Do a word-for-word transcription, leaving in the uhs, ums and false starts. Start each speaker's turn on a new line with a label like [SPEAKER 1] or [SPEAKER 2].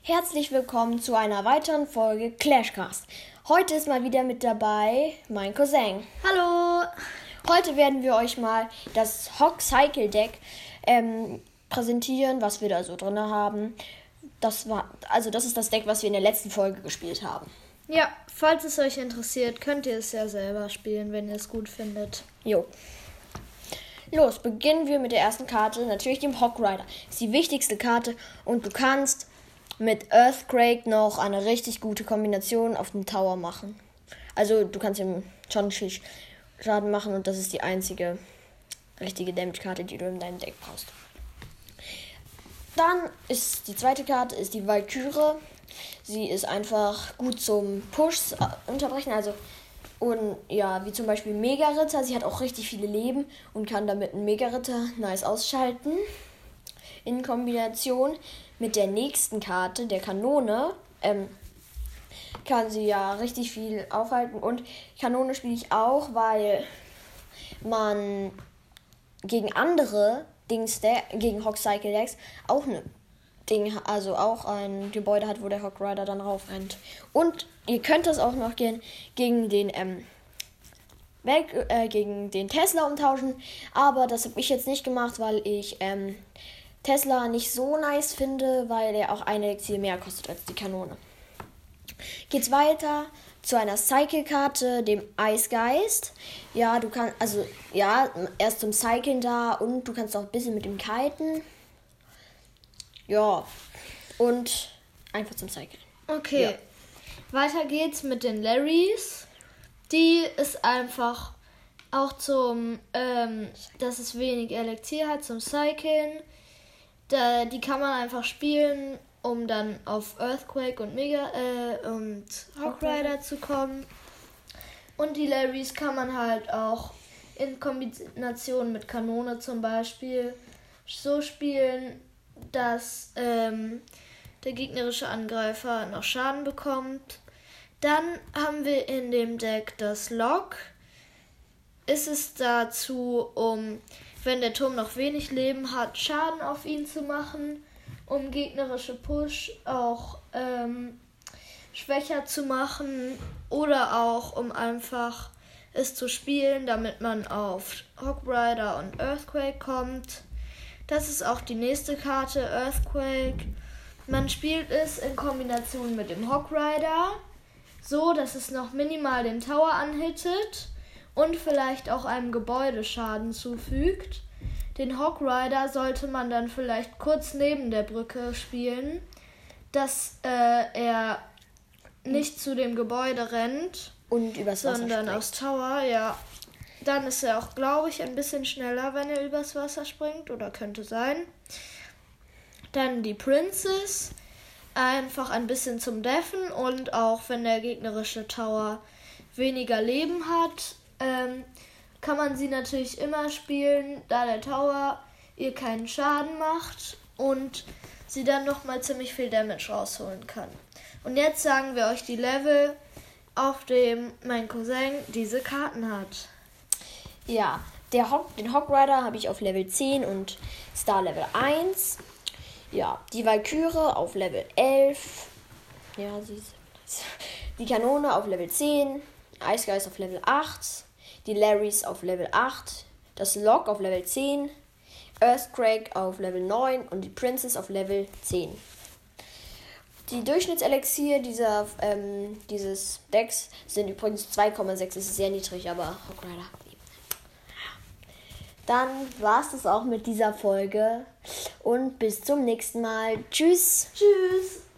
[SPEAKER 1] Herzlich willkommen zu einer weiteren Folge Clashcast. Heute ist mal wieder mit dabei mein Cousin.
[SPEAKER 2] Hallo!
[SPEAKER 1] Heute werden wir euch mal das Hog Cycle Deck ähm, präsentieren, was wir da so drin haben. Das war, also das ist das Deck, was wir in der letzten Folge gespielt haben.
[SPEAKER 2] Ja, falls es euch interessiert, könnt ihr es ja selber spielen, wenn ihr es gut findet.
[SPEAKER 1] Jo. Los, beginnen wir mit der ersten Karte, natürlich dem Hog Rider. Ist die wichtigste Karte und du kannst mit Earthquake noch eine richtig gute Kombination auf dem Tower machen. Also du kannst ihm schon viel Schaden machen und das ist die einzige richtige Damage-Karte, die du in deinem Deck brauchst. Dann ist die zweite Karte ist die Valkyrie. Sie ist einfach gut zum Push unterbrechen, also und ja, wie zum Beispiel Mega-Ritter. Sie hat auch richtig viele Leben und kann damit einen Mega-Ritter nice ausschalten. In Kombination mit der nächsten Karte, der Kanone, ähm, kann sie ja richtig viel aufhalten. Und Kanone spiele ich auch, weil man gegen andere Dings, gegen Hog Cycle Decks auch eine Ding, also auch ein Gebäude hat, wo der Hog Rider dann raufrennt. Und ihr könnt das auch noch gegen, gegen den ähm, Welt, äh, gegen den Tesla umtauschen, aber das habe ich jetzt nicht gemacht, weil ich ähm, Tesla nicht so nice finde, weil er auch ein Elixier mehr kostet als die Kanone. Geht's weiter zu einer Cycle-Karte, dem Eisgeist. Ja, du kannst, also ja, er ist zum Cyclen da und du kannst auch ein bisschen mit ihm kiten. Ja, und einfach zum Cyclen.
[SPEAKER 2] Okay, ja. Weiter geht's mit den Larrys. Die ist einfach auch zum, ähm, dass es wenig Elixier hat, zum Cyclen. Da, die kann man einfach spielen, um dann auf Earthquake und Mega äh, und Hog Rider zu kommen. Und die Larrys kann man halt auch in Kombination mit Kanone zum Beispiel so spielen, dass ähm, der gegnerische Angreifer noch Schaden bekommt. Dann haben wir in dem Deck das Log. Ist es dazu, um, wenn der Turm noch wenig Leben hat, Schaden auf ihn zu machen, um gegnerische Push auch ähm, schwächer zu machen oder auch um einfach es zu spielen, damit man auf Hog Rider und Earthquake kommt. Das ist auch die nächste Karte, Earthquake. Man spielt es in Kombination mit dem Hog Rider, so dass es noch minimal den Tower anhittet und vielleicht auch einem Gebäude Schaden zufügt. Den Hog Rider sollte man dann vielleicht kurz neben der Brücke spielen, dass äh, er nicht zu dem Gebäude rennt,
[SPEAKER 1] und übers Wasser
[SPEAKER 2] sondern
[SPEAKER 1] springt.
[SPEAKER 2] aufs Tower, ja. Dann ist er auch, glaube ich, ein bisschen schneller, wenn er übers Wasser springt. Oder könnte sein. Dann die Princess. Einfach ein bisschen zum Deffen. Und auch wenn der gegnerische Tower weniger Leben hat, ähm, kann man sie natürlich immer spielen, da der Tower ihr keinen Schaden macht. Und sie dann nochmal ziemlich viel Damage rausholen kann. Und jetzt sagen wir euch die Level, auf dem mein Cousin diese Karten hat.
[SPEAKER 1] Ja, der Hog, den Hog Rider habe ich auf Level zehn und Star Level eins. Ja, die Valkyrie auf Level elf. Ja, sie ist... Die Kanone auf Level zehn. Eisgeist auf Level acht. Die Larrys auf Level acht. Das Log auf Level zehn. Earthquake auf Level neun. Und die Princess auf Level zehn. Die Durchschnittselixier dieser, ähm, dieses Decks sind übrigens zwei Komma sechs. Das ist sehr niedrig, aber Hog Rider... Dann war es das auch mit dieser Folge und bis zum nächsten Mal. Tschüss.
[SPEAKER 2] Tschüss.